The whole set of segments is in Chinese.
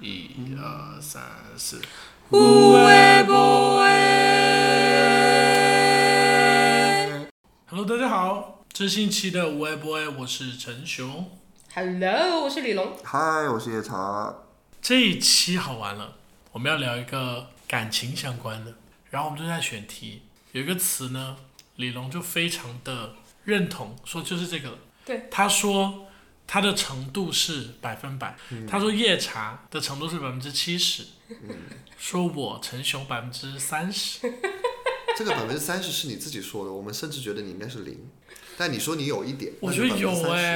1、2、3、4。 有诶无诶。 Hello， 大家好，这星期的无诶不诶，我是陈雄。 Hello， 我是李龙。 嗨，我是叶茶。 这一期好玩了，我们要聊一个感情相关的，然后我们就在选题，有一个词呢，李龙就非常的认同，说就是这个了。 对， 他说他的程度是100%，他说叶茶的程度是70%，说我陈雄30%。 这个30%是你自己说的，我们甚至觉得你应该是0，但你说你有一点， 我觉得有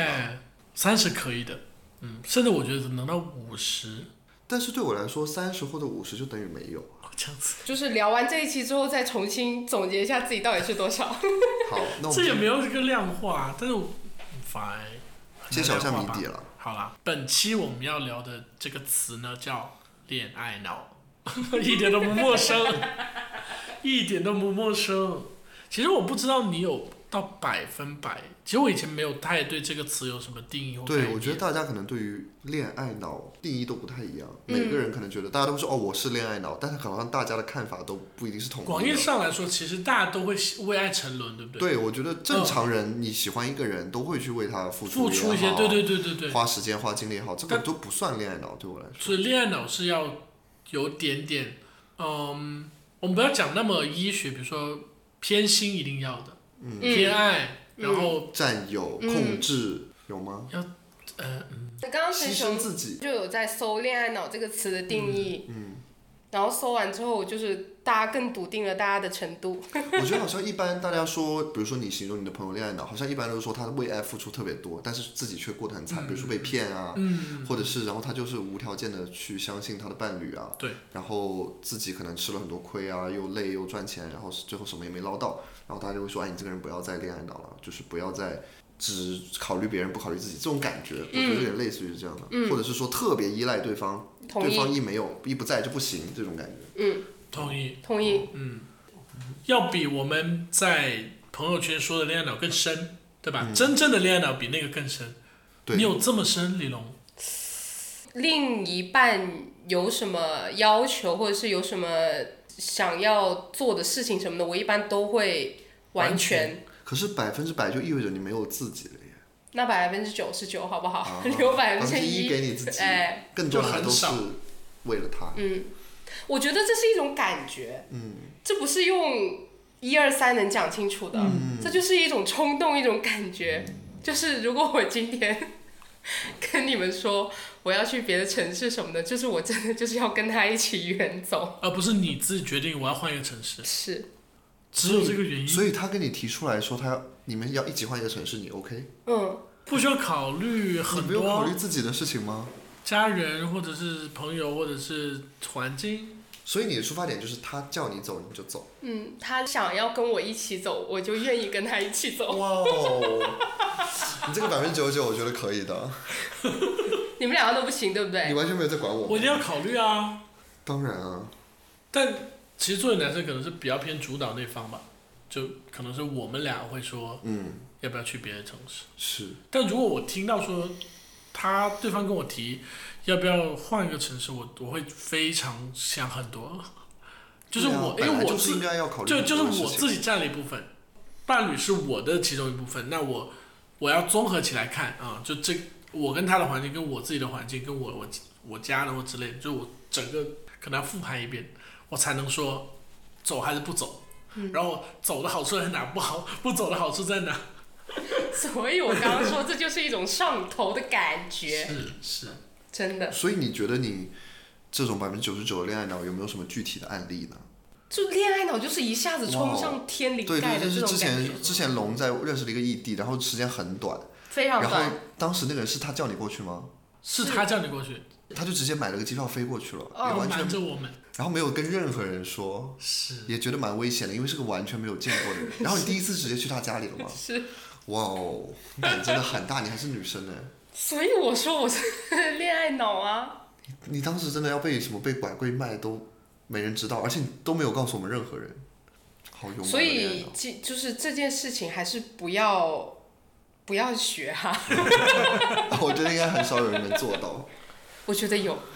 30% 可以的，甚至我觉得能到50%。 但是对我来说，30或者50就等于没有。 这样子， 就是聊完这一期之后，再重新总结一下自己到底是多少。 好，那我们这也没有这个量化，但是fine， 揭晓一下谜底了。 好啦，本期我们要聊的这个词呢叫恋爱脑，一点都不陌生，一点都不陌生。其实我不知道你有到100%，其实我以前没有太对这个词有什么定义或概念。 对，我觉得大家可能对于恋爱脑定义都不太一样，每个人可能觉得大家都说我是恋爱脑，但是好像大家的看法都不一定是统一的。 广义上来说，其实大家都会为爱沉沦，对不对？ 对，我觉得正常人你喜欢一个人都会去为他付出一些，对， 花时间花精力也好，这个都不算恋爱脑对我来说。 所以恋爱脑是要有点点，我们不要讲那么医学，比如说偏心一定要的，偏爱，然后占有、控制有吗？ 刚刚牺牲自己就有在搜"恋爱脑"这个词的定义，然后搜完之后，就是大家更笃定了大家的程度。 我觉得好像一般大家说，比如说你形容你的朋友恋爱脑，好像一般都是说他为爱付出特别多，但是自己却过得很惨，比如说被骗啊，或者是然后他就是无条件的去相信他的伴侣啊， 对， 然后自己可能吃了很多亏啊，又累又赚钱，然后最后什么也没捞到，然后大家就会说，哎，你这个人不要再恋爱脑了，就是不要再只考虑别人不考虑自己，这种感觉，我觉得有点类似于这样的，或者是说特别依赖对方，对方一不在就不行这种感觉。 同意。 要比我们在朋友圈说的恋爱脑更深，对吧？真正的恋爱脑比那个更深。你有这么深，李龙？ 另一半有什么要求，或者是有什么想要做的事情什么的，我一般都会完全。 可是100%就意味着你没有自己了耶。 那99%好不好？留1% 给你自己，更多的都是为了他。 我觉得这是一种感觉，这不是用1、2、3能讲清楚的，这就是一种冲动，一种感觉。就是如果我今天跟你们说我要去别的城市什么的，就是我真的就是要跟他一起远走， 而不是你自己决定我要换一个城市。 是， 只有这个原因。 所以他跟你提出来说你们要一起换一个城市，你 OK？ 不需要考虑很多。 你不用考虑自己的事情吗？ 家人或者是朋友或者是环境。 所以你的出发点就是他叫你走你就走。 他想要跟我一起走，我就愿意跟他一起走。 哇哦，你这个99%我觉得可以的。 你们两个都不行，对不对？ 你完全没有在管我。 我一定要考虑啊。当然啊。 但其实作为男生可能是比较偏主导那方吧，就可能是我们俩会说，要不要去别的城市？ 是。 但如果我听到说对方跟我提要不要换一个城市，我会非常想很多，就是因为我就是应该要考虑就是我自己占了一部分，伴侣是我的其中一部分，那我要综合起来看啊，就我跟他的环境，跟我自己的环境，跟我家人或之类的，就我整个可能要复盘一遍，我才能说走还是不走，然后走的好处在哪，不走的好处在哪。 所以我刚刚说这就是一种上头的感觉。 是真的。 所以你觉得你这种99%的恋爱脑有没有什么具体的案例呢？ 就恋爱脑就是一下子冲上天灵盖的这种感觉。 对，之前龙在认识了一个异地，然后时间很短， 非常短。 然后当时那个人是他叫你过去吗？ 是他叫你过去。 他就直接买了个机票飞过去了，也完全瞒着我们， 然后没有跟任何人说，也觉得蛮危险的，因为是个完全没有见过的人。然后你第一次直接去他家里了吗？ 是。 哇哦，胆真的很大，你还是女生呢。 所以我说我是恋爱脑啊。 你当时真的要被拐柜卖都没人知道，而且你都没有告诉我们任何人，好勇敢。 所以就是这件事情还是不要学哈。 我觉得应该很少有人能做到。 我觉得有。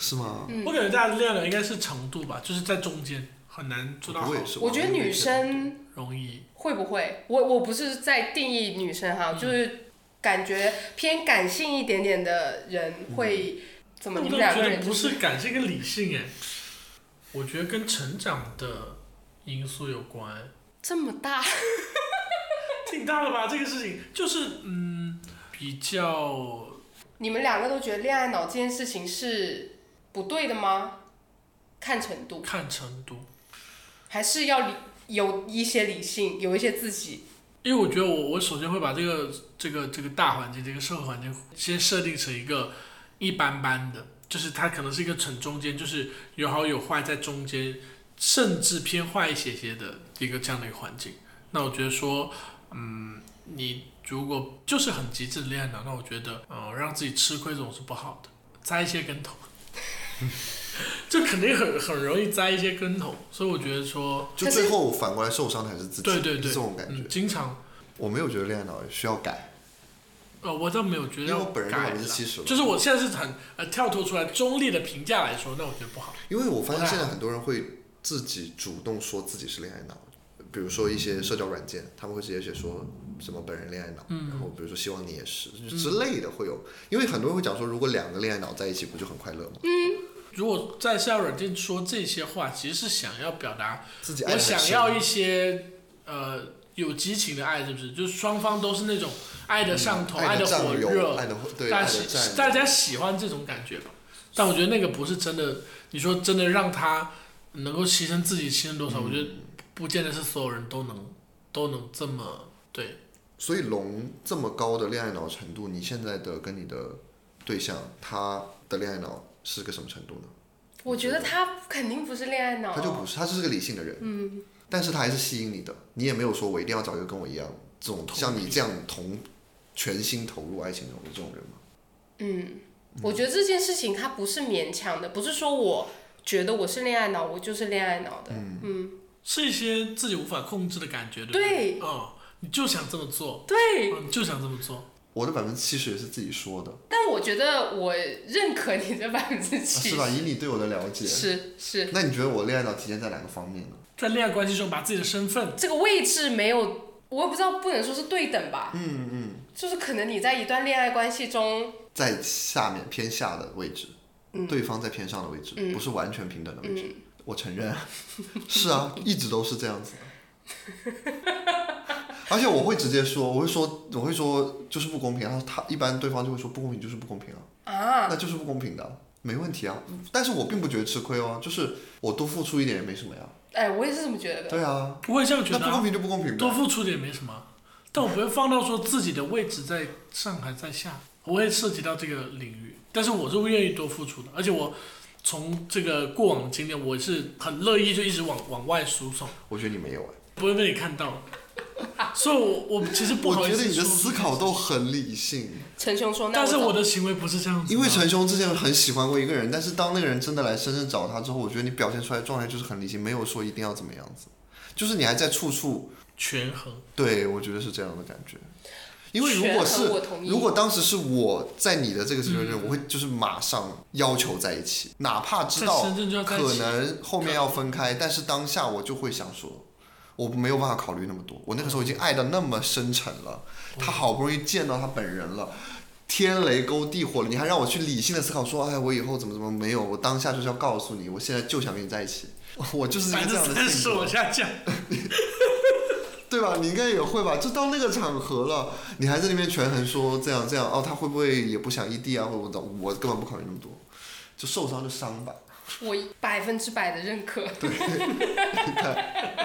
是吗？ 我感觉大家的恋爱脑应该是程度吧，就是在中间，很难做到好。 我觉得女生容易会不会？我不是在定义女生哈，就是感觉偏感性一点点的人会怎么？你们两个人不是感性跟理性哎，我觉得跟成长的因素有关。 这么大？ 挺大的吧？这个事情就是比较。 你们两个都觉得恋爱脑这件事情是不对的吗？看程度。 看程度。 还是要有一些理性，有一些自己。 因为我觉得我首先会把这个大环境，这个社会环境先设定成一个一般般的，就是它可能是一个很中间，就是有好有坏在中间，甚至偏坏一些的一个这样的一个环境。那我觉得说，你如果就是很极致的恋爱脑，那我觉得让自己吃亏这种是不好的，栽一些跟头。就肯定很容易栽一些跟头，所以我觉得说， 就最后反过来受伤的还是自己， 对， 这种感觉。 经常， 我没有觉得恋爱脑需要改。 我倒没有觉得要改，因为我本人就70%了。 就是我现在是很跳脱出来中立的评价来说，那我觉得不好。 因为我发现现在很多人会自己主动说自己是恋爱脑，比如说一些社交软件，他们会直接写说什么本人恋爱脑，然后比如说希望你也是之类的会有，因为很多人会讲说，如果2个恋爱脑在一起，不就很快乐吗？ 如果在社交软件说这些话，其实是想要表达自己爱得很深， 我想要一些有激情的爱，是不是？就是双方都是那种爱的上头、爱的火热、大家喜欢这种感觉吧。但我觉得那个不是真的，你说真的让他能够牺牲自己牺牲多少，我觉得不见得是所有人都能这么对。 所以龙这么高的恋爱脑程度，你现在的跟你的对象他的恋爱脑是个什么程度呢？ 我觉得他肯定不是恋爱脑， 他就不是，他就是个理性的人，但是他还是吸引你的，你也没有说我一定要找一个跟我一样这种像你这样全心投入爱情中的这种人吗？ 我觉得这件事情它不是勉强的，不是说我觉得我是恋爱脑，我就是恋爱脑的， 是一些自己无法控制的感觉， 对， 你就想这么做， 对， 你就想这么做。 我的70%也是自己说的， 但我觉得我认可你的70%， 是吧？以你对我的了解， 是。 那你觉得我恋爱脑体现在哪个方面呢？ 在恋爱关系中，把自己的身份这个位置没有，我也不知道，不能说是对等吧。就是可能你在一段恋爱关系中，在下面偏下的位置，对方在偏上的位置，不是完全平等的位置。我承认，是啊，一直都是这样子的。而且我会直接说，我会说就是不公平，然后他一般对方就会说不公平就是不公平啊，那就是不公平的，没问题啊。但是我并不觉得吃亏哦，就是我多付出一点也没什么呀。 哎，我也是这么觉得的。对啊， 我也这样觉得。 那不公平就不公平呗， 多付出点没什么，但我不会放到说自己的位置在上还在下，我会涉及到这个领域，但是我是愿意多付出的，而且我从这个过往的经验，我是很乐意就一直往外输送。 我觉得你没有哎， 不会被你看到。所以我其实不好意思。 我觉得你的思考都很理性。 陈兄说， 但是我的行为不是这样子。 因为陈兄之前很喜欢过一个人，但是当那个人真的来深圳找他之后，我觉得你表现出来的状态就是很理性，没有说一定要怎么样子，就是你还在处处权衡。 对，我觉得是这样的感觉。因为如果当时是我在你的这个situation，我会就是马上要求在一起，哪怕知道可能后面要分开，但是当下我就会想说。我没有办法考虑那么多，我那个时候已经爱到那么深沉了，他好不容易见到他本人了，天雷勾地火了，你还让我去理性的思考说，哎，我以后怎么没有，我当下就是要告诉你，我现在就想跟你在一起，我就是一个这样的性格。 往下降， 对吧？你应该也会吧？就到那个场合了，你还在那边权衡说这样哦，他会不会也不想异地啊？或者我根本不考虑那么多，就受伤就伤吧。 我100%的认可。 对，你看。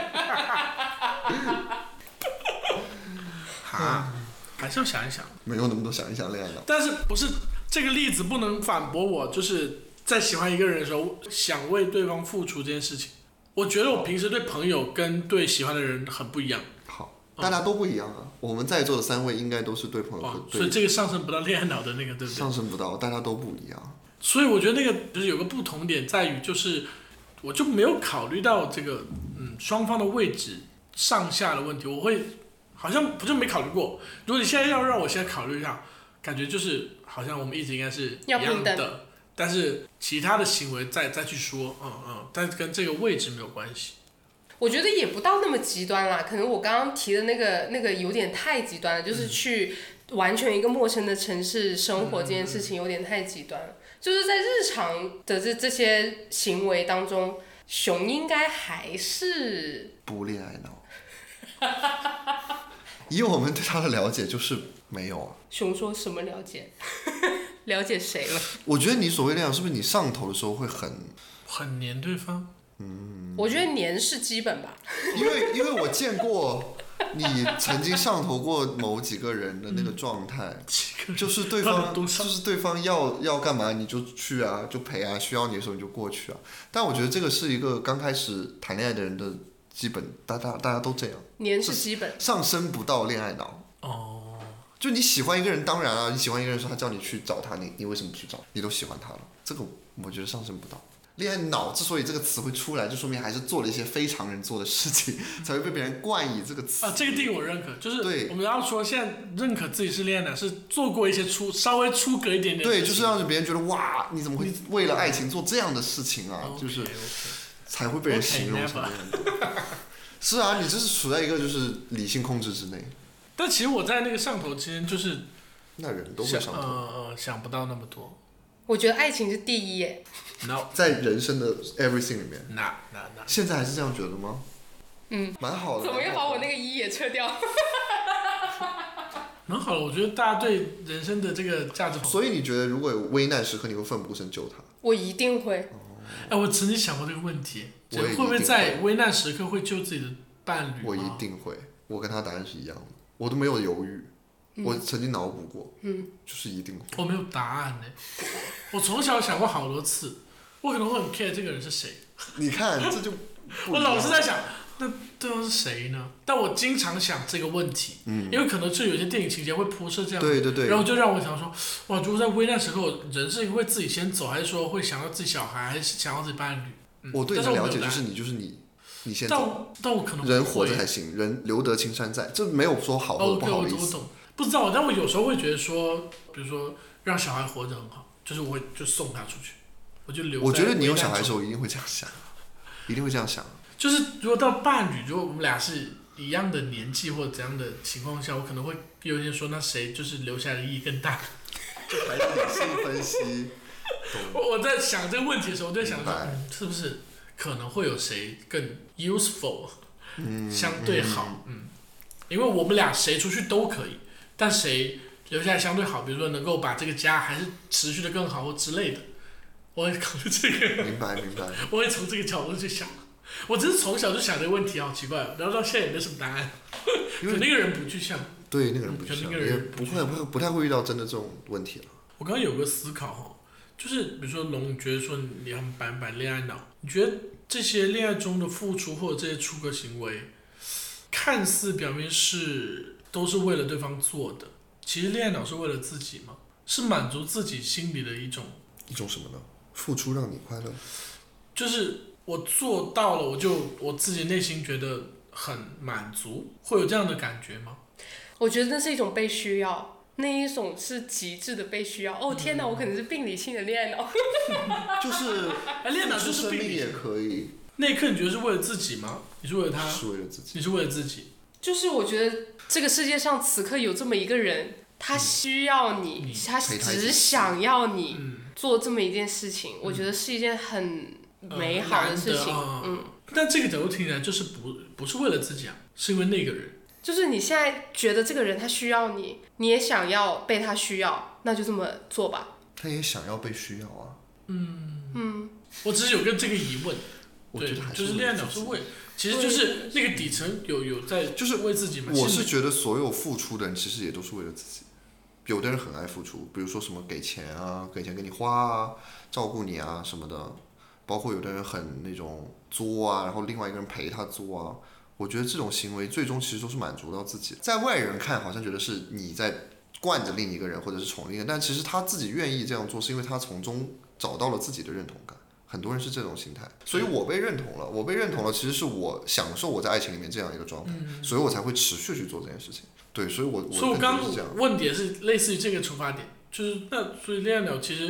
还是要想一想。 没有那么多想一想恋爱脑。 但是不是这个例子不能反驳我，就是在喜欢一个人的时候，想为对方付出这件事情。我觉得我平时对朋友跟对喜欢的人很不一样。 好，大家都不一样啊。我们在座的3位应该都是对朋友和对。 所以这个上升不到恋爱脑的那个，对不对？ 上升不到，大家都不一样。 所以我觉得那个就是有个不同点在于，就是我就没有考虑到这个双方的位置上下的问题，我会好像不就没考虑过。如果你现在要让我现在考虑一下，感觉就是好像我们一直应该是一样的， 但是其他的行为再去说，但跟这个位置没有关系。 我觉得也不到那么极端啦，可能我刚刚提的那个有点太极端了，就是去完全一个陌生的城市生活这件事情有点太极端了。就是在日常的这些行为当中，熊应该还是不恋爱脑。以我们对他的了解，就是没有啊。 熊说什么了解？了解谁了？ 我觉得你所谓恋爱，是不是你上头的时候会很黏对方？ 我觉得黏是基本吧。 因为我见过你曾经上头过某几个人的那个状态，就是对方要干嘛你就去啊，就陪啊，需要你的时候你就过去啊。但我觉得这个是一个刚开始谈恋爱的人的基本，大家都这样。 黏是基本， 上升不到恋爱脑。就你喜欢一个人，当然啊，你喜欢一个人说他叫你去找他，你为什么不去找？你都喜欢他了，这个我觉得上升不到。恋爱脑之所以这个词会出来，就说明还是做了一些非常人做的事情，才会被别人冠以这个词。 这个定义我认可，就是我们要说现在认可自己是恋爱脑，是做过一些稍微出格一点点的事情。 对，就是让别人觉得哇，你怎么会为了爱情做这样的事情啊？就是才会被人形容成恋爱脑。是啊，你这是处在一个就是理性控制之内。 但其实我在那个上头期间，就是那人都会上头。 想不到那么多。 我觉得爱情是第一耶。 No， 在人生的 everything 里面。 那。 现在还是这样觉得吗？蛮好的。 怎么又把我那个一也撤掉？ 蛮好的，我觉得大家对人生的这个价值。 所以你觉得如果有危难时刻，你会奋不顾身救他？ 我一定会。 我曾经想过这个问题， 会不会在危难时刻会救自己的伴侣？ 我一定会，我跟他答案是一样的，我都没有犹豫。我曾经脑补过，就是一定会。 我没有答案呢，我从小想过好多次，我可能会很 care 这个人是谁。 你看，这就我老是在想，那对方是谁呢？但我经常想这个问题，因为可能就有些电影情节会铺设这样， 对， 然后就让我想说，哇，如果在危难时刻，人是会自己先走，还是说会想到自己小孩，还是想到自己伴侣？ 我对你的了解就是你先走。 但我可能人活着才行，人留得青山在，这没有说好或不好的意思。 我懂。不知道，但我有时候会觉得说，比如说让小孩活着很好，就是我会就送他出去，我就留在。 我觉得你有小孩的时候一定会这样想，一定会这样想。 就是如果到伴侣，如果我们俩是一样的年纪或者怎样的情况下，我可能会有点说，那谁就是留下来的意义更大。 就还是理性分析。 我在想这个问题的时候，我在想说，是不是可能会有谁更 useful，相对好，因为我们俩谁出去都可以。但谁留下来相对好，比如说能够把这个家还是持续的更好或之类的，我会考虑这个。 明白。 我会从这个角度去想。我只是从小就想这个问题，好奇怪，然后到现在也没什么答案。可那个人不具象。 对，那个人不具象，也不太会遇到真的这种问题了。 我刚刚有个思考哈，就是比如说龙，你觉得说你很板恋爱脑，你觉得这些恋爱中的付出或者这些出格行为，看似表面都是为了对方做的，其实恋爱脑是为了自己吗？是满足自己心里的一种什么呢？付出让你快乐， 就是我做到了，我自己内心觉得很满足，会有这样的感觉吗？ 我觉得那是一种被需要，那一种是极致的被需要。天哪，我可能是病理性的恋爱脑。 就是恋爱脑就是病理也可以。 那一刻你觉得是为了自己吗？你是为了他？ 是为了自己。 你是为了自己。 就是我觉得这个世界上此刻有这么一个人，他需要你，他只想要你做这么一件事情，我觉得是一件很美好的事情。 但这个角度听起来就是不是为了自己啊，是因为那个人。 就是你现在觉得这个人他需要你，你也想要被他需要，那就这么做吧。 他也想要被需要啊。 我只是有个这个疑问。 我觉得还是就是恋爱脑是为，其实就是那个底层有在就是为自己嘛。 我是觉得所有付出的人其实也都是为了自己。有的人很爱付出，比如说什么给钱啊，给钱给你花啊，照顾你啊什么的，包括有的人很那种作啊，然后另外一个人陪他作啊。我觉得这种行为最终其实都是满足到自己，在外人看好像觉得是你在惯着另一个人或者是宠另一个人，但其实他自己愿意这样做，是因为他从中找到了自己的认同感。很多人是这种心态，所以我被认同了，其实是我享受我在爱情里面这样一个状态，所以我才会持续去做这件事情。对，所以我刚问点是类似于这个出发点，就是那所以恋爱脑其实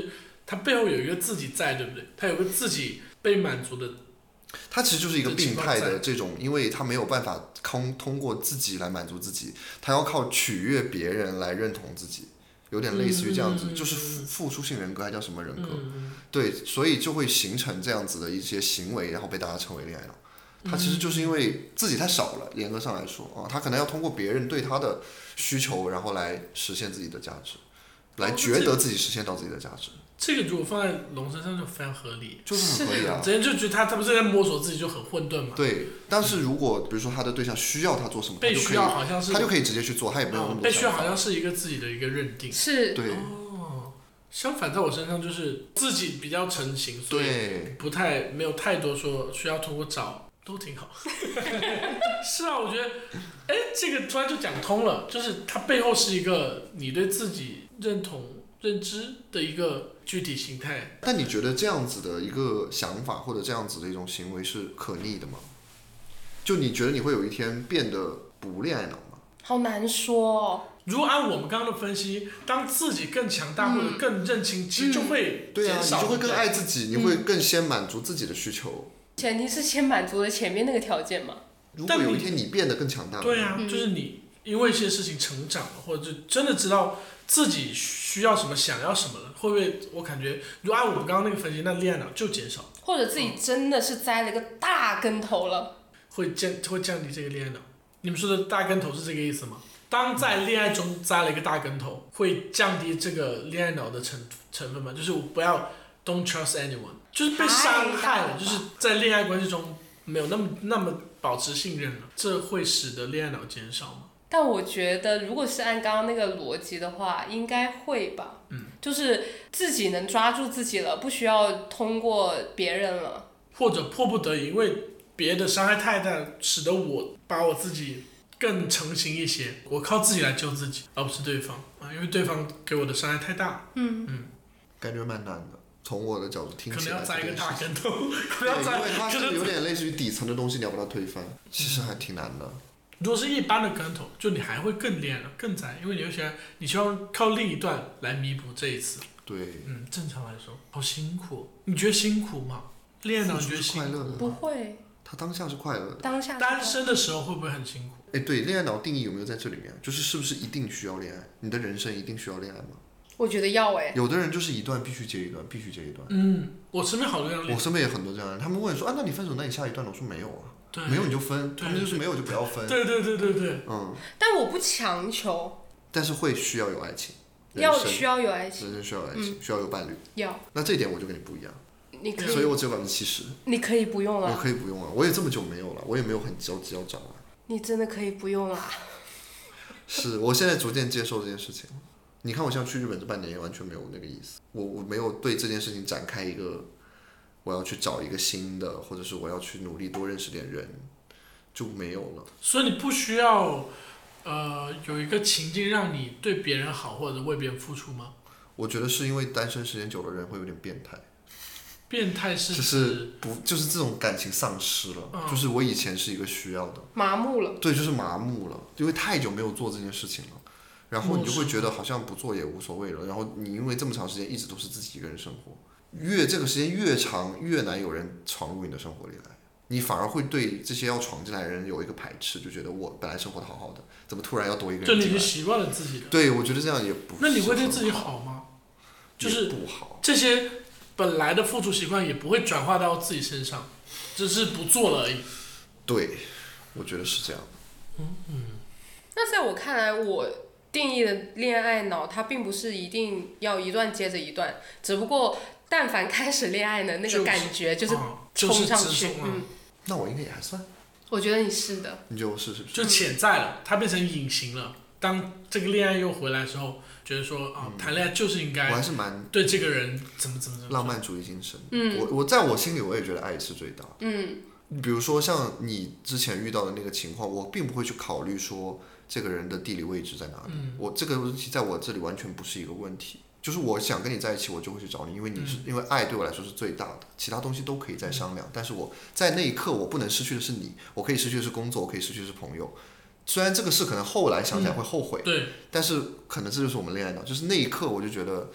他背后有一个自己在，对不对？他有个自己被满足的。 他其实就是一个病态的这种，因为他没有办法通过自己来满足自己，他要靠取悦别人来认同自己，有点类似于这样子，就是付出性人格还叫什么人格？对，所以就会形成这样子的一些行为，然后被大家称为恋爱脑。他其实就是因为自己太少了，严格上来说啊，他可能要通过别人对他的需求，然后来实现自己的价值，来觉得自己实现到自己的价值。 这个如果放在龙身上就非常合理， 就是很合理啊。 之前就觉得他不是在摸索自己就很混沌嘛。 对，但是如果比如说他的对象需要他做什么， 被需要好像是他就可以直接去做，他也不用那么多被需要好像是一个自己的一个认定。 是。 对。 相反，在我身上就是自己比较成型，所以没有太多说需要通过找，都挺好。是啊，我觉得，这个突然就讲通了，就是它背后是一个你对自己认同、认知的一个具体形态。 但你觉得这样子的一个想法或者这样子的一种行为是可逆的吗？就你觉得你会有一天变得不恋爱脑吗？ 好难说哦。 如果按我们刚刚的分析，当自己更强大或者更认清，其实就会对啊，你就会更爱自己，你会更先满足自己的需求。 前提是先满足了前面那个条件嘛。 如果有一天你变得更强大了， 对啊，就是你因为一些事情成长了，或者就真的知道自己需要什么、想要什么了，会不会？我感觉，如果按我们刚刚那个分析，那恋爱脑就减少， 或者自己真的是栽了个大跟头了， 会降低这个恋爱脑。你们说的大跟头是这个意思吗？当在恋爱中栽了一个大跟头，会降低这个恋爱脑的成分吗？就是我不要 don't trust anyone， 就是被伤害了，就是在恋爱关系中没有那么保持信任了，这会使得恋爱脑减少吗？ 但我觉得，如果是按刚刚那个逻辑的话，应该会吧。就是自己能抓住自己了，不需要通过别人了，或者迫不得已，因为别的伤害太大，使得我把我自己更成型一些，我靠自己来救自己，而不是对方啊，因为对方给我的伤害太大。 感觉蛮难的。从我的角度听起来， 可能要栽一个大跟头， 对，因为它是有点类似于底层的东西，你要把它推翻，其实还挺难的。 如果是一般的跟头，就你还会更恋了，更栽，因为你希望靠另一段来弥补这一次。 对。 正常来说，好辛苦。你觉得辛苦吗？恋爱脑觉得辛苦？ 不会。 他当下是快乐的。 单身的时候会不会很辛苦？ 对，恋爱脑定义有没有在这里面？就是是不是一定需要恋爱？你的人生一定需要恋爱吗？ 我觉得要有的人就是一段必须接一段，必须接一段。 我身边好多这样的。 我身边也很多这样的人，他们问说那你分手，那你下一段了？我说没有啊。没有你就分，他们就是没有就不要分。 对。 但我不强求。 但是会需要有爱情。 需要有爱情。 人生需要有爱情，需要有伴侣。 要。 那这一点我就跟你不一样。 你可以。 所以我只有70%。 你可以不用了。 我可以不用了，我也这么久没有了，我也没有很着急要找啊。 你真的可以不用了。 是，我现在逐渐接受这件事情。你看我像去日本这半年也完全没有那个意思，我没有对这件事情展开一个我要去找一个新的，或者是我要去努力多认识点人，就没有了。 所以你不需要有一个情境让你对别人好或者为别人付出吗？ 我觉得是因为单身时间久的人会有点变态。 变态是就是这种感情丧失了，就是我以前是一个需要的， 麻木了。 对，就是麻木了，因为太久没有做这件事情了，然后你就会觉得好像不做也无所谓了，然后你因为这么长时间一直都是自己一个人生活，这个时间越长越难有人闯入你的生活里来，你反而会对这些要闯进来的人有一个排斥，就觉得我本来生活的好好的，怎么突然要多一个人进来？ 就你已经习惯了自己的。 对，我觉得这样也不。 那你会对自己好吗？就是不好。 这些本来的付出习惯也不会转化到自己身上，只是不做了而已。 对，我觉得是这样。 那在我看来，我定义的恋爱脑，它并不是一定要一段接着一段，只不过但凡开始恋爱的那个感觉就是冲上去。 那我应该也还算。 我觉得你是的。 你觉得我是不是？ 就潜在了，它变成隐形了。当这个恋爱又回来的时候，觉得说谈恋爱就是应该， 我还是蛮对这个人怎么浪漫主义精神。我在我心里我也觉得爱是最大的。比如说像你之前遇到的那个情况，我并不会去考虑说这个人的地理位置在哪里，我这个问题在我这里完全不是一个问题。就是我想跟你在一起，我就会去找你，因为因为爱对我来说是最大的，其他东西都可以再商量。但是我在那一刻，我不能失去的是你，我可以失去的是工作，我可以失去的是朋友。虽然这个事可能后来想起来会后悔， 对， 但是可能这就是我们恋爱脑，就是那一刻我就觉得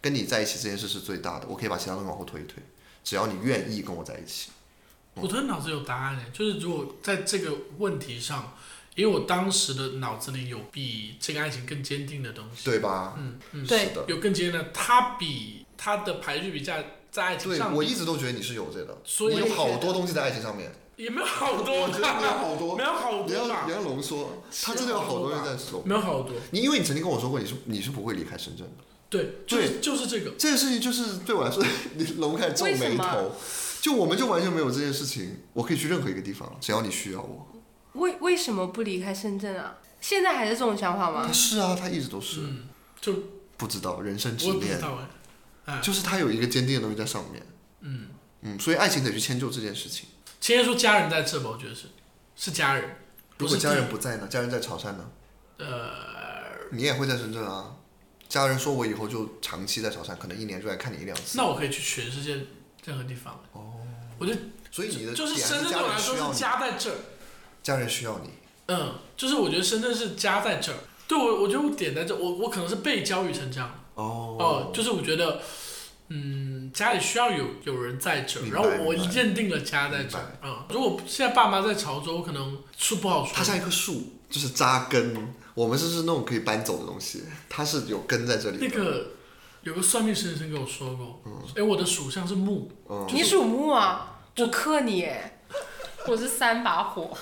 跟你在一起这件事是最大的，我可以把其他东西往后推一推，只要你愿意跟我在一起。 我突然脑子有答案就是如果在这个问题上，因为我当时的脑子里有比这个爱情更坚定的东西， 对吧？ 对是的。 有更坚定的，他的排序比在爱情对， 上面， 我一直都觉得你是有这个， 所以你有好多东西在爱情上面。 也没有好多， 我觉得没有好多， 没有好多吧？ 你要浓缩，他真的有好多人在说。 没有好多。 因为你曾经跟我说过，你是不会离开深圳的。 对，就是这个。 这件事情就是对我来说，龙开始皱眉头。就我们就完全没有这件事情，我可以去任何一个地方，只要你需要我。 为什么不离开深圳啊？现在还是这种想法吗？ 他是啊，他一直都是。 就不知道人生执我也不念。 知道就是他有一个坚定的东西在上面。所以爱情得去迁就这件事情。 先说家人在这吧，我觉得是家人。 如果家人不在呢？家人在潮汕呢？你也会在深圳啊。家人说我以后就长期在潮汕，可能1年就来看你1-2次。 那我可以去全世界任何地方。我觉得， 所以你的就是深圳对我来说是家在这儿。 家人需要你。 就是我觉得深圳是家在这儿。对我觉得我点在这，我可能是被教育成这样。就是我觉得。家里需要有人在这儿，然后我认定了家在这儿。如果现在爸妈在潮州，可能树不好说。 它像一棵树，就是扎根。我们是那种可以搬走的东西，它是有根在这里的。 那个有个算命先生跟我说过，我的属相是木。 你属木啊？我克你耶，我是3把火。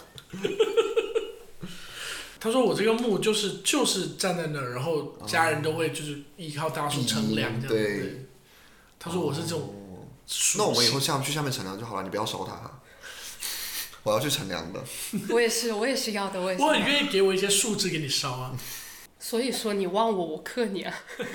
他说我这个木就是站在那儿，然后家人都会就是依靠大树乘凉这样。对。他说我是这种。 那我们以后去下面乘凉就好了，你不要烧它。我要去乘凉的。 我也是要的， 我很愿意给我一些树枝给你烧啊。 所以说你忘我，我克你啊。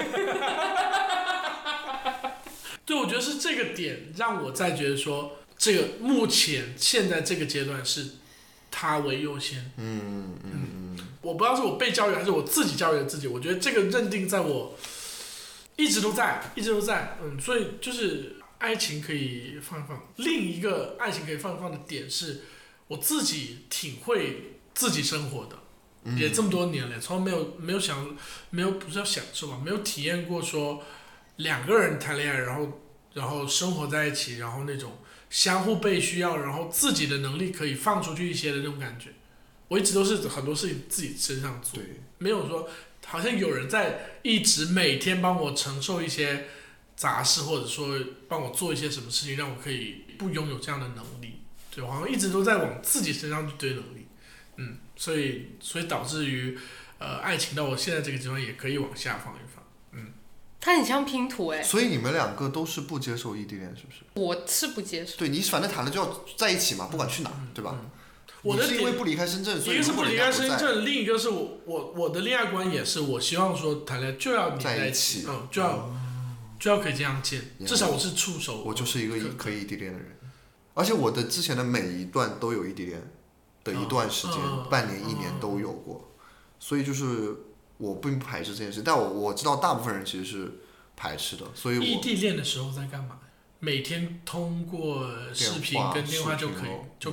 对，我觉得是这个点让我再觉得说，这个目前现在这个阶段是他为优先。我不知道是我被教育还是我自己教育了自己，我觉得这个认定在我一直都在。所以就是爱情可以放一放，另一个爱情可以放一放的点是，我自己挺会自己生活的。也这么多年了，从来没有不是要享受吧，没有体验过说2个人谈恋爱，然后生活在一起，然后那种相互被需要，然后自己的能力可以放出去一些的那种感觉。我一直都是很多事情自己身上做，没有说好像有人在一直每天帮我承受一些杂事，或者说帮我做一些什么事情，让我可以不拥有这样的能力。对，我好像一直都在往自己身上去堆能力。所以导致于，爱情到我现在这个阶段也可以往下放一放。 它很像拼图哎。 所以你们2个都是不接受异地恋，是不是？ 我是不接受。 对，你反正谈了就要在一起嘛，不管去哪，对吧？ 我的是因为不离开深圳，所以一个是不离开深圳，另一个是我的恋爱观也是，我希望说谈恋爱就要黏在一起，就要可以这样见，至少我是触手。 我就是一个可以异地恋的人，而且我的之前的每一段都有异地恋的一段时间，半年、1年都有过，所以就是我并不排斥这件事，但我知道大部分人其实是排斥的，所以异地恋的时候在干嘛？每天通过视频跟电话就可以，就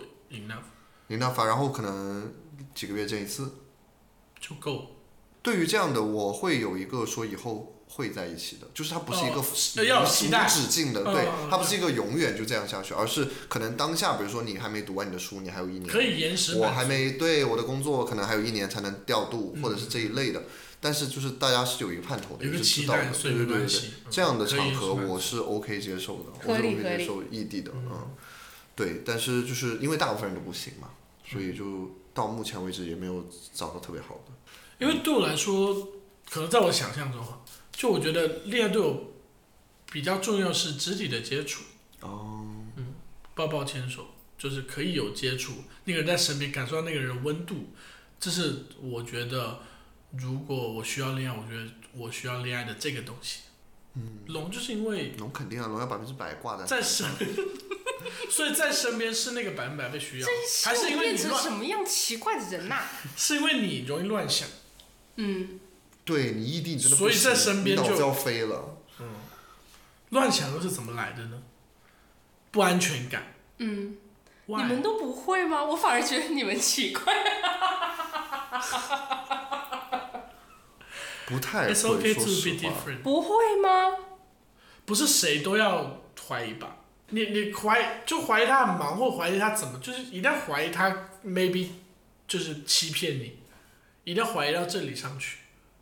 enough， 然后可能几个月见一次就够。 对于这样的，我会有一个说以后会在一起的，就是它不是一个无止境的，对，它不是一个永远就这样下去，而是可能当下，比如说你还没读完你的书，你还有1年， 可以延时。 我还没对我的工作可能还有1年才能调度，或者是这一类的，但是就是大家是有一个盼头的， 有一个期待的，对，这样的场合我是 OK 接受的，我是 OK 接受异地的，对，但是就是因为大部分人都不行嘛，所以就到目前为止也没有找到特别好的。 因为对我来说，可能在我想象中就我觉得恋爱对我比较重要是肢体的接触。抱抱牵手，就是可以有接触，那个人在身边，感受到那个人的温度，这是我觉得，如果我需要恋爱，我觉得我需要恋爱的这个东西。龙就是因为龙肯定啊，龙要100%挂在身边，所以在身边是那个100%被需要，还是因为你变成什么样奇怪的人呐？ 是因为你容易乱想。 对你异地真的不行， 所以在身边就你脑子要飞了。 乱想又是怎么来的呢？不安全感。 你们都不会吗？我反而觉得你们奇怪。 不太会 It's okay 说 to 实 be 话。 different。 不会吗？ 不是谁都要怀疑吧？你怀疑他很忙，或怀疑他怎么，就是一定要怀疑他 maybe 就是欺骗你，一定要怀疑到这里上去。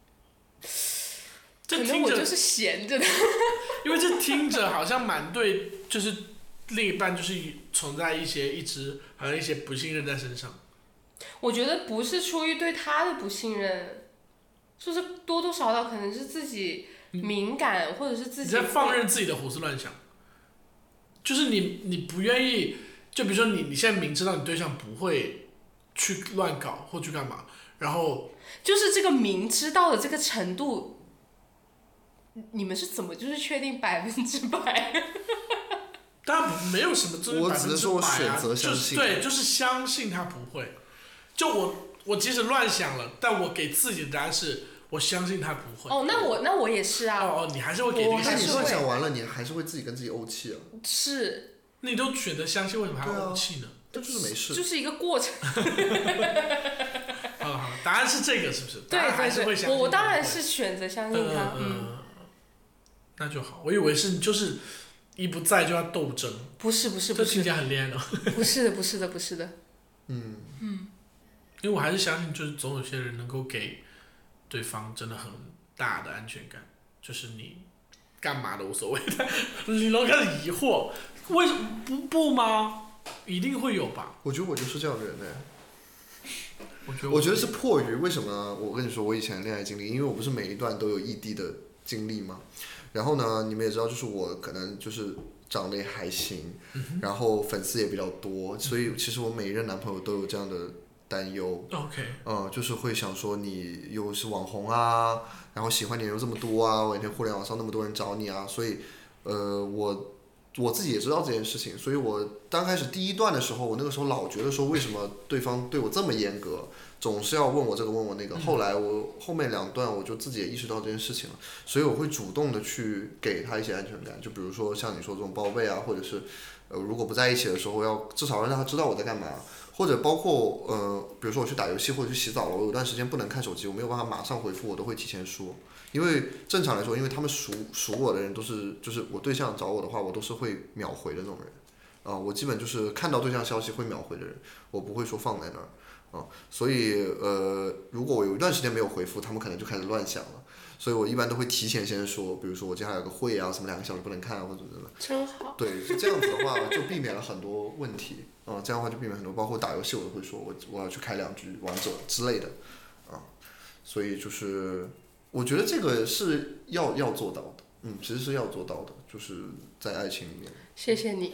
可能我就是闲着的。 因为这听着好像蛮对，就是另一半就是存在一直好像一些不信任在身上。 我觉得不是出于对他的不信任，就是多多少少可能是自己敏感，或者是自己你在放任自己的胡思乱想，就是你不愿意，就比如说你现在明知道你对象不会去乱搞或去干嘛，然后就是这个明知道的这个程度。你们是怎么就是确定100%？ 当然没有什么真的我只能说我 100% 选择相信， 对，就是相信他不会。就我即使乱想了，但我给自己的答案是我相信他不会。 哦，那我也是啊。 哦，你还是会给这个但你相信。 乱想完了，你还是会自己跟自己怄气啊。 是。 你都选择相信，为什么还要怄气呢？ 这就是没事。 就是一个过程。 好，答案是这个，是不是？ 对对对，我当然是选择相信他。 那就好，我以为是就是一不在就要斗争。 不是， 这听起来很恋爱了。 不是的。 因为我还是相信，就是总有些人能够给对方真的很大的安全感，就是你干嘛都无所谓的。李龙开始疑惑，为什么不吗？一定会有吧？ 我觉得我就是这样的人呢。 我觉得是迫于为什么呢？我跟你说，我以前的恋爱经历，因为我不是每一段都有异地的经历嘛。然后呢，你们也知道，就是我可能就是长得也还行，然后粉丝也比较多，所以其实我每一任男朋友都有这样的担忧。 OK。 就是会想说你又是网红啊，然后喜欢你人又这么多啊，每天互联网上那么多人找你啊，所以我自己也知道这件事情，所以我刚开始第一段的时候，我那个时候老觉得说为什么对方对我这么严格，总是要问我这个问我那个。后来我后面2段我就自己也意识到这件事情了，所以我会主动的去给他一些安全感，就比如说像你说这种报备啊，或者是如果不在一起的时候要至少让他知道我在干嘛，或者包括比如说我去打游戏或者去洗澡了，我有段时间不能看手机，我没有办法马上回复，我都会提前说。因为正常来说，因为他们熟我的人都是，就是我对象找我的话，我都是会秒回的那种人，我基本就是看到对象消息会秒回的人，我不会说放在那儿，所以如果我有一段时间没有回复，他们可能就开始乱想了，所以我一般都会提前先说，比如说我接下来有个会啊，什么2个小时不能看啊，或者什么。 真好。 对，这样子的话就避免了很多问题，这样的话就避免很多，包括打游戏我都会说我要去开2局王者之类的，所以就是。我觉得这个是要做到的，其实是要做到的，就是在爱情里面。 谢谢你。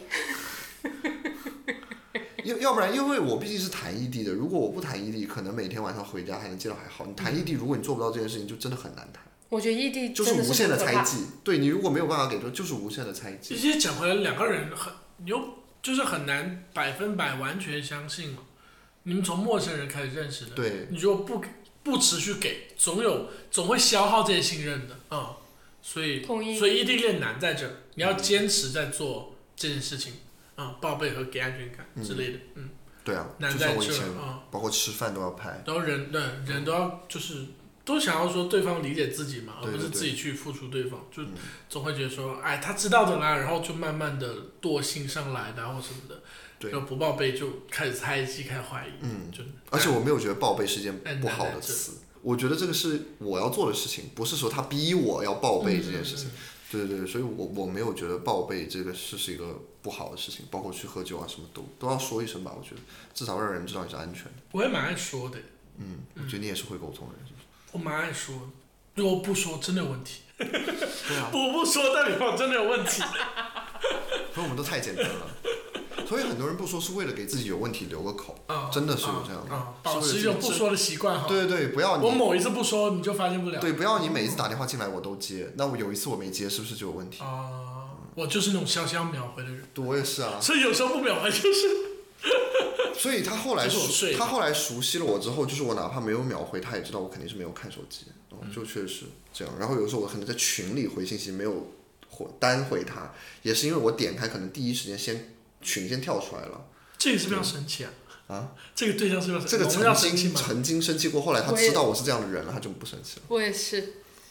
要不然，因为我毕竟是谈异地的，如果我不谈异地，可能每天晚上回家还能见到还好。你谈异地，如果你做不到这件事情，就真的很难谈。 我觉得异地就是无限的猜忌，对你如果没有办法给出，就是无限的猜忌。 其实讲回来，2个人你又就是很难100%完全相信嘛。你们从陌生人开始认识的， 对， 你如果不持续给，总会消耗这些信任的，所以异地恋难在这儿，你要坚持在做这件事情，报备和给安全感之类的， 对啊， 难在这就像我以前儿， 包括吃饭都要拍， 然后人都要就是都想要说对方理解自己嘛， 对对对， 而不是自己去付出对方，就总会觉得说，哎，他知道的啦，然后就慢慢的惰性上来的或什么的。 对， 然后不报备就开始猜忌，开始怀疑，就。 而且我没有觉得报备是件不好的词，我觉得这个是我要做的事情，不是说他逼我要报备这件事情。对，所以我没有觉得报备这个是一个不好的事情，包括去喝酒啊什么都要说一声吧，我觉得至少让人知道你是安全的。 我也蛮爱说的。 我觉得你也是会沟通的人，是不是？ 我蛮爱说的，如果不说真的有问题。 对啊。 我不说代表真的有问题。 所以我们都太简单了。所以很多人不说是为了给自己有问题留个口，真的是有这样的， 保持一种不说的习惯哈。 对，不要你。 我某一次不说你就发现不了。 对，不要你每一次打电话进来我都接，那我有一次我没接，是不是就有问题？ 我就是那种悄悄秒回的人。 对，我也是啊。 所以有时候不秒回就是。 所以他后来熟悉了我之后，就是我哪怕没有秒回，他也知道我肯定是没有看手机，就确实是这样。然后有时候我可能在群里回信息没有单回他，也是因为我点开可能第一时间群先跳出来了。 这个是不是要生气啊？这个对象是不是要生气？ 这个曾经生气过，后来他知道我是这样的人了，他就不生气了。 我也是。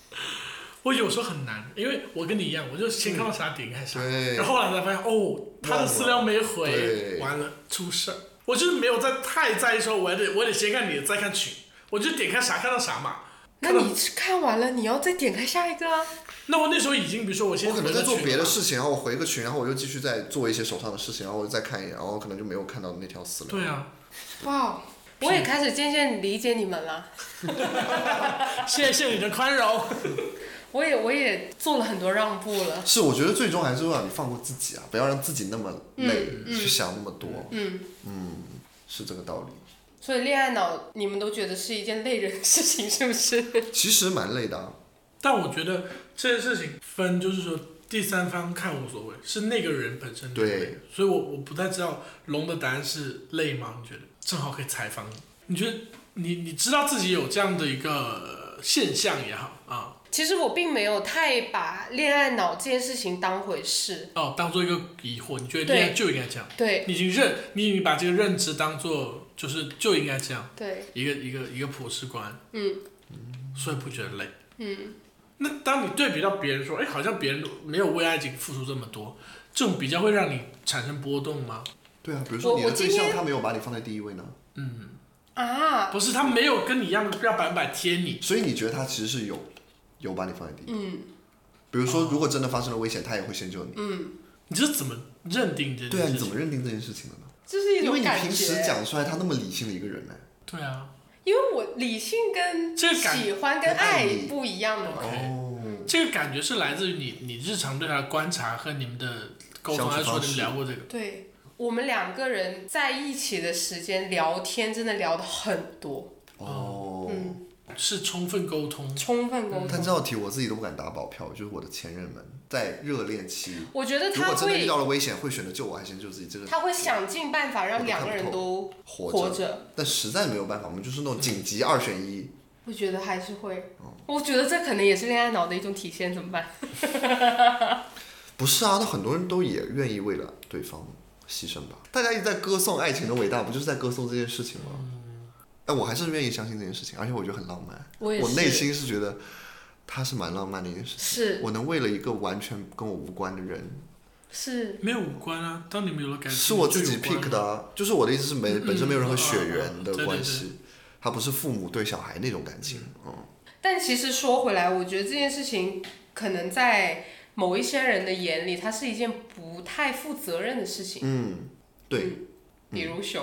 我有时候很难，因为我跟你一样，我就先看到啥点开啥， 对， 然后后来才发现哦，他的私聊没回， 对完了出事儿。我就是没有太在意说，我得先看你的，再看群，我就点开啥看到啥嘛。 那你看完了，你要再点开下一个啊。 那我那时候已经，比如说我先我可能在做别的事情，然后我回个群，然后我就继续在做一些手上的事情，然后我再看一眼，然后可能就没有看到那条私聊。 对啊。 哇，我也开始渐渐理解你们了。 谢谢你的宽容。 我也做了很多让步了。 是，我觉得最终还是会让你放过自己啊，不要让自己那么累，去想那么多。是这个道理。 所以恋爱脑，你们都觉得是一件累人的事情，是不是？ 其实蛮累的啊。 但我觉得这件事情分就是说，第三方看无所谓，是那个人本身对。 所以我不太知道龙的答案是累吗？你觉得？正好可以采访你。你觉得你知道自己有这样的一个现象也好啊。 其实我并没有太把恋爱脑这件事情当回事。 哦，当做一个疑惑，你觉得恋爱就应该这样？ 对。 你已经把这个认知当做就应该这样。 对。 一个普世观。所以不觉得累。那当你对比到别人说，哎，好像别人没有为爱情付出这么多，这种比较会让你产生波动吗？ 对啊，比如说你的对象他没有把你放在第一位呢。 不是，他没有跟你一样要100%贴你。 所以你觉得他其实是有把你放在第一位。比如说，如果真的发生了危险，他也会先救你。 你是怎么认定这件事情？ 对啊，你怎么认定这件事情的呢？ 这是一种感觉。 因为你平时讲出来，他那么理性的一个人呢。 对啊。 因为我理性跟喜欢跟爱不一样的嘛。 这个感觉是来自于你日常对他的观察和你们的沟通，还是说你们聊过这个？ 对，我们2个人在一起的时间聊天真的聊得很多。 是充分沟通。 但这道题我自己都不敢打保票，就是我的前任们在热恋期， 我觉得他会， 如果真的遇到了危险，会选择救我还是先救自己？这个他会想尽办法让2个人都活着。 但实在没有办法，我们就是那种紧急2选1。 我觉得还是会。我觉得这可能也是恋爱脑的一种体现，怎么办？ 不是啊，那很多人都也愿意为了对方牺牲吧。大家一直在歌颂爱情的伟大，不就是在歌颂这件事情吗？我还是愿意相信这件事情，而且我觉得很浪漫。我内心是觉得它是蛮浪漫的一件事情。 是。 我能为了一个完全跟我无关的人。 是。 没有无关啊，当你们有了感情， 是我自己 pick 的啊。就是我的意思是本身没有任何血缘的关系，它不是父母对小孩那种感情。 但其实说回来，我觉得这件事情可能在某一些人的眼里，它是一件不太负责任的事情。 对。 比如熊。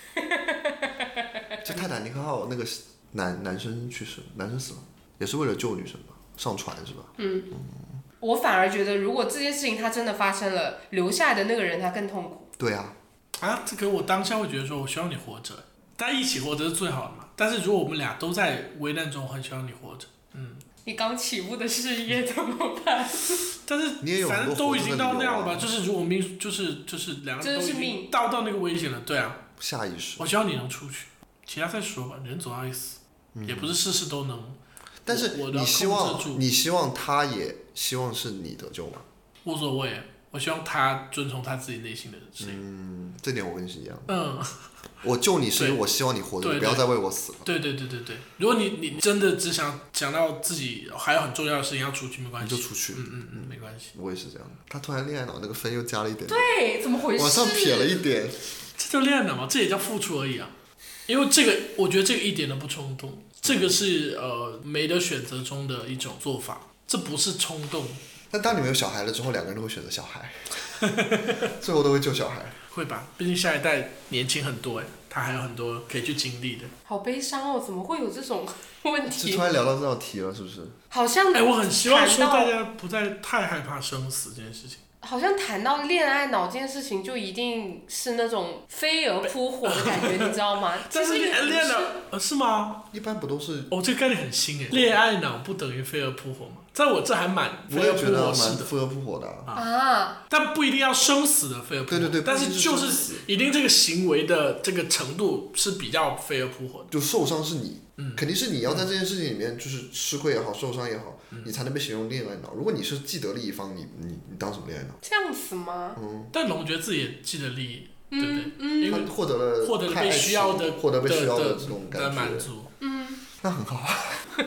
就泰坦尼克号那个男生去世，男生死了，也是为了救女生吧？上船是吧？ 我反而觉得，如果这件事情它真的发生了，留下来的那个人他更痛苦。 对啊。 这个我当下会觉得说，我希望你活着，大家一起活着是最好的嘛。但是如果我们俩都在危难中，我很希望你活着。 你刚起步的事业怎么办？ 但是反正都已经到那样了吧？就是如果命就是2个人都已经到那个危险了，对啊。 下意识。 我希望你能出去，其他再说吧。人总要一死，也不是事事都能。 但是你希望他也希望是你得救吗？ 无所谓，我希望他遵从他自己内心的声音。 这点我跟你是一样的。我救你是因为我希望你活着，不要再为我死了。 对。如果你真的只想到自己还有很重要的事情要出去，没关系， 你就出去。 没关系。 我也是这样的。他突然恋爱脑那个分又加了一点。 对，怎么回事？ 往上撇了一点。 这叫恋爱脑吗？这也叫付出而已啊。因为这个，我觉得这个一点都不冲动，这个是没得选择中的一种做法，这不是冲动。 但当你们有小孩了之后，2个人都会选择小孩，最后都会救小孩。 会吧，毕竟下一代年轻很多他还有很多可以去经历的。 好悲伤哦，怎么会有这种问题？ 就突然聊到这道题了，是不是？ 好像我很希望说大家不再太害怕生死这件事情。 好像谈到恋爱脑这件事情，就一定是那种飞蛾扑火的感觉，你知道吗？ 但是恋爱脑是吗？ 一般不都是？ 这个概念很新恋爱脑不等于飞蛾扑火吗？在我这还蛮飞蛾扑火式的， 飞蛾扑火的但不一定要生死的飞蛾扑火。 对。 但是就是一定这个行为的这个程度是比较飞蛾扑火的。 就受伤是你，肯定是你要在这件事情里面就是吃亏也好，受伤也好，你才能被形容恋爱脑。如果你是既得利益方，你当什么恋爱脑？ 这样子吗？ 但龙觉得自己也既得利益，对不对？因为获得了被需要的这种感觉的满足。 那很好啊。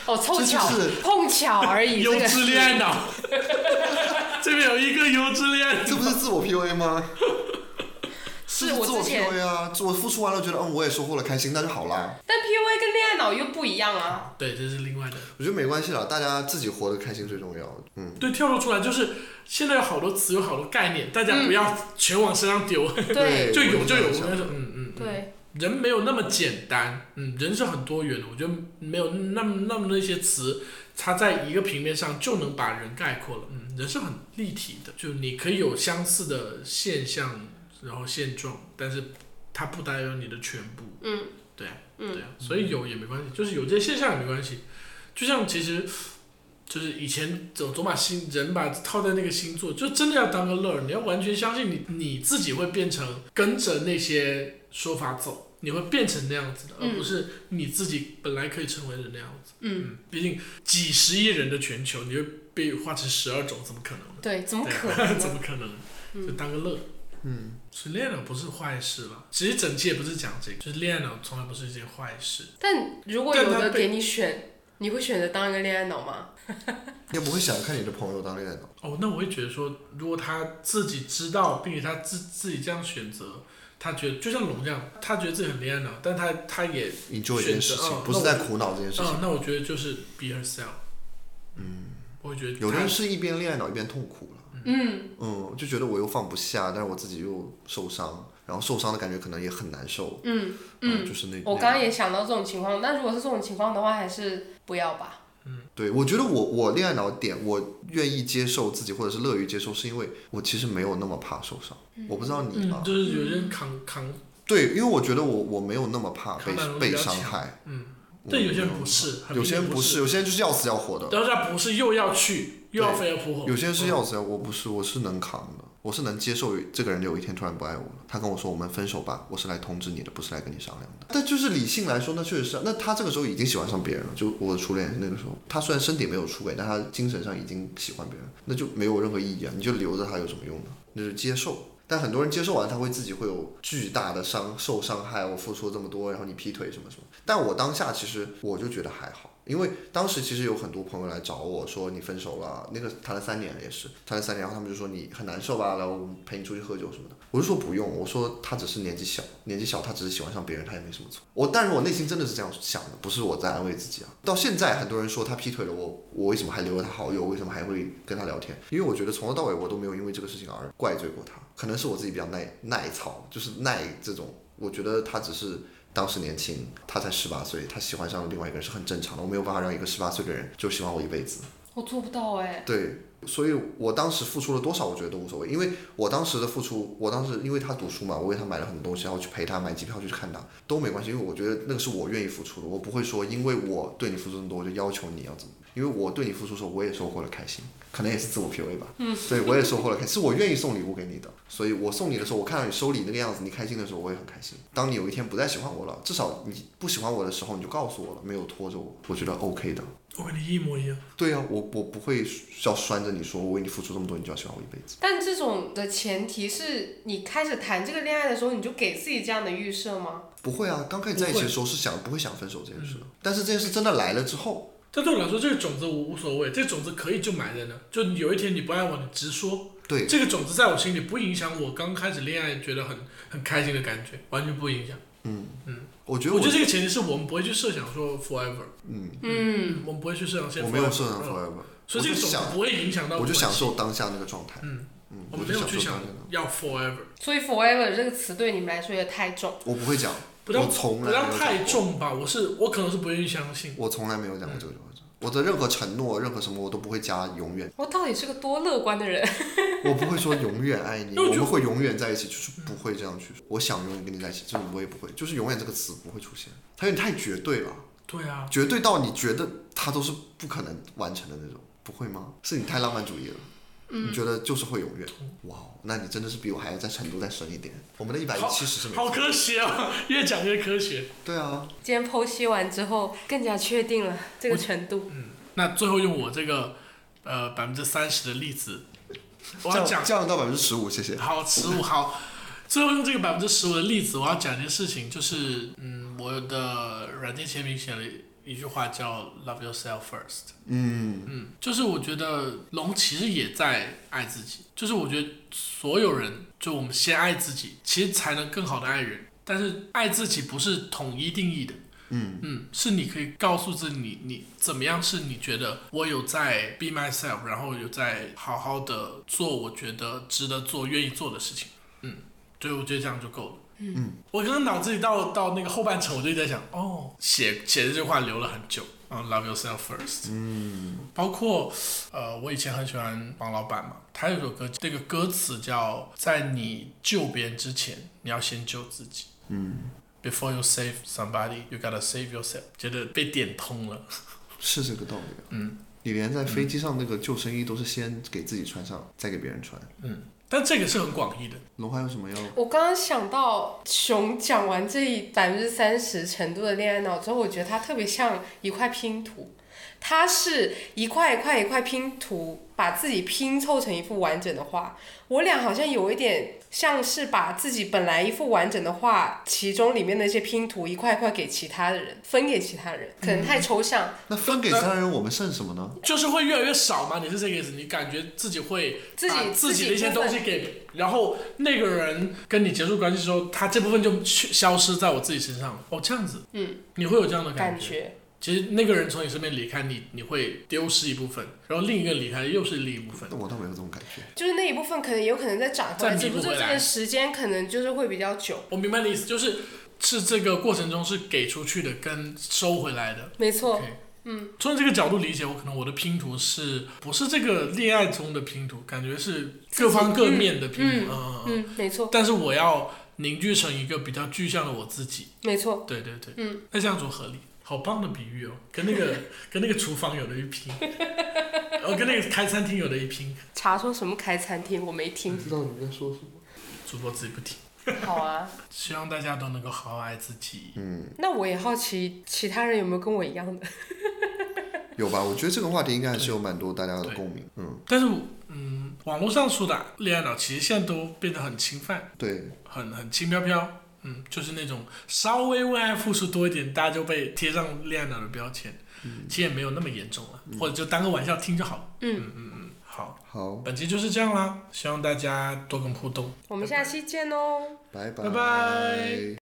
哦，凑巧这就是碰巧而已。 优质恋爱脑，这边有一个优质恋爱脑， 这不是自我 PUA 吗？ 是自我我之前 PUA 啊，我付出完了觉得我也收获了开心，那就好啦。 但 PUA 跟恋爱脑又不一样啊。 对，这是另外的。 我觉得没关系啦，大家自己活得开心最重要。 对，跳脱出来就是现在有好多词，有好多概念，大家不要全往身上丢。 对， 就有就有，我跟你说， 对。 人没有那么简单，人是很多元的。我觉得没有那么那些词，它在一个平面上就能把人概括了。人是很立体的，就你可以有相似的现象，然后现状，但是它不代表你的全部。对啊，所以有也没关系，就是有这些现象也没关系。就像其实，就是以前总把人把套在那个星座，就真的要当个乐儿，你要完全相信你自己会变成跟着那些说法走，你会变成那样子的，而不是你自己本来可以成为的那样子。毕竟几十亿人的全球，你会被划成12种，怎么可能？ 对，怎么可能？ 怎么可能？就当个乐。所以恋爱脑不是坏事了。其实整期也不是讲这个，就是恋爱脑从来不是一件坏事。 但如果有的给你选，你会选择当一个恋爱脑吗？ 你也不会想看你的朋友当恋爱脑。 那我会觉得说，如果他自己知道，并且他自己这样选择，他觉得就像龙这样，他觉得自己很恋爱脑，但他也 enjoy 这件事情，不是在苦恼这件事情。 那我觉得就是 be herself。我会觉得有的人是一边恋爱脑一边痛苦了。就觉得我又放不下，但是我自己又受伤，然后受伤的感觉可能也很难受。就是那。 我刚刚也想到这种情况，那如果是这种情况的话，还是不要吧。 对，我觉得我恋爱脑点，我愿意接受自己，或者是乐于接受，是因为我其实没有那么怕受伤。我不知道你啊。 就是有人扛。 对，因为我觉得我没有那么怕被伤害。 对，有些人不是， 有些人不是，有些人就是要死要活的。 但是他不是又要去又要飞蛾扑火。 有些人是要死要活，我不是，我是能扛的，我是能接受这个人有一天突然不爱我了。他跟我说我们分手吧，我是来通知你的，不是来跟你商量的。但就是理性来说，那确实是，那他这个时候已经喜欢上别人了。就我的初恋那个时候，他虽然身体没有出轨，但他精神上已经喜欢别人，那就没有任何意义啊！你就留着他有什么用呢？那就是接受。但很多人接受完，他会自己会有巨大的受伤害。我付出了这么多，然后你劈腿什么什么。但我当下其实我就觉得还好，因为当时其实有很多朋友来找我说你分手了，那个谈了3年也是谈了3年，然后他们就说你很难受吧，然后我陪你出去喝酒什么的。我就说不用，我说他只是年纪小，他只是喜欢上别人，他也没什么错。但是我内心真的是这样想的，不是我在安慰自己啊。到现在很多人说他劈腿了，我为什么还留了他好友？为什么还会跟他聊天？因为我觉得从头到尾我都没有因为这个事情而怪罪过他。可能是我自己比较耐操，就是耐这种。我觉得他只是当时年轻，他才18岁，他喜欢上了另外一个人是很正常的。我没有办法让一个18岁的人就喜欢我一辈子。 我做不到哎。 对，所以我当时付出了多少，我觉得都无所谓。因为我当时的付出，我当时因为他读书嘛，我为他买了很多东西，然后去陪他买机票去看他，都没关系。因为我觉得那个是我愿意付出的，我不会说因为我对你付出这么多，我就要求你要怎么。因为我对你付出的时候，我也收获了开心，可能也是自我 PUA 吧。对，我也收获了开心，是我愿意送礼物给你的。所以我送你的时候，我看到你收礼那个样子，你开心的时候，我也很开心。当你有一天不再喜欢我了，至少你不喜欢我的时候，你就告诉我了，没有拖着我，我觉得 OK 的。 我跟你一模一样。 对啊，我不会要拴着你说，我为你付出这么多，你就要喜欢我一辈子。 但这种的前提是你开始谈这个恋爱的时候，你就给自己这样的预设吗？ 不会啊，刚开始在一起的时候是不会想分手这件事的。但是这件事真的来了之后。 但对我来说，这个种子我无所谓，这个种子可以就埋在那，就有一天你不爱我，你直说。 对。 这个种子在我心里不影响我刚开始恋爱觉得很开心的感觉，完全不影响。我觉得这个前提是我们不会去设想说 forever。我们不会去设想现在 forever。 我没有设想 forever。 所以这个种子不会影响到我就享受当下那个状态。 我没有去想要 forever。 所以 forever 这个词对你们来说也太重。 我不会讲。 不要太重吧，我可能是不愿意相信。 我从来没有讲过这个话。我的任何承诺，任何什么我都不会加永远。 我到底是个多乐观的人？ 我不会说永远爱你，我们会永远在一起，就是不会这样去说。我想永远跟你在一起，这种我也不会，就是永远这个词不会出现，它有点太绝对了。 对啊。 绝对到你觉得它都是不可能完成的那种，不会吗？是你太浪漫主义了。你觉得就是会永远？哇，那你真的是比我还要在程度再深一点。我们的170是没错。 好科学啊，越讲越科学。 对啊。 今天剖析完之后，更加确定了这个程度。 那最后用我这个30%的例子，我要讲降到15%，谢谢。 好，15好。最后用这个15%的例子，我要讲一件事情，就是我的软件签名写了一句话叫 “Love yourself first”。就是我觉得龙其实也在爱自己，就是我觉得所有人，就我们先爱自己，其实才能更好的爱人。但是爱自己不是统一定义的。是你可以告诉自己你怎么样是你觉得我有在 be myself， 然后有在好好的做我觉得值得做、愿意做的事情。所以我觉得这样就够了。我刚刚脑子里到那个后半程，我就一直在想，写这句话留了很久。Love yourself first。包括我以前很喜欢王老板嘛，他有首歌，那个歌词叫在你救别人之前，你要先救自己。Before you save somebody, you gotta save yourself。觉得被点通了， 是这个道理。你连在飞机上那个救生衣都是先给自己穿上，再给别人穿。 但这个是很广义的。 龙还有什么要？ 我刚刚想到熊讲完这30%程度的恋爱脑之后，我觉得它特别像一块拼图，它是一块一块一块拼图，把自己拼凑成一幅完整的画。我俩好像有一点像是把自己本来一幅完整的画，其中里面的一些拼图一块一块给其他的人，分给其他人，可能太抽象。 那分给其他人，我们剩什么呢？ 就是会越来越少嘛，你是这个意思？你感觉自己会把自己的一些东西给，然后那个人跟你结束关系的时候，他这部分就消失在我自己身上了。这样子，你会有这样的感觉。其实那个人从你身边离开你会丢失一部分，然后另一个离开又是另一部分。 我倒没有这种感觉， 就是那一部分可能也有可能再长回来，只不过这个时间可能就是会比较久。 我明白你的意思，就是这个过程中是给出去的跟收回来的。 没错。 从这个角度理解，可能我的拼图不是这个恋爱中的拼图，感觉是各方各面的拼图。 没错。 但是我要凝聚成一个比较具象的我自己。 没错。 对。那这样多合理。好棒的比喻哦，跟那个厨房有的一拼，跟那个开餐厅有的一拼。 查说什么开餐厅，我没听。 不知道你在说什么。 主播自己不听。 好啊。 希望大家都能够好好爱自己。 那我也好奇，其他人有没有跟我一样的？ 有吧？我觉得这个话题应该还是有蛮多大家的共鸣。 但是网络上说的恋爱脑，其实现在都变得很轻泛。 对。 很轻飘飘。就是那种稍微为爱付出多一点，大家就被贴上恋爱脑的标签。其实也没有那么严重了，或者就当个玩笑听就好。好，本期就是这样啦，希望大家多跟互动。 我们下期见哦， 拜拜。 拜拜。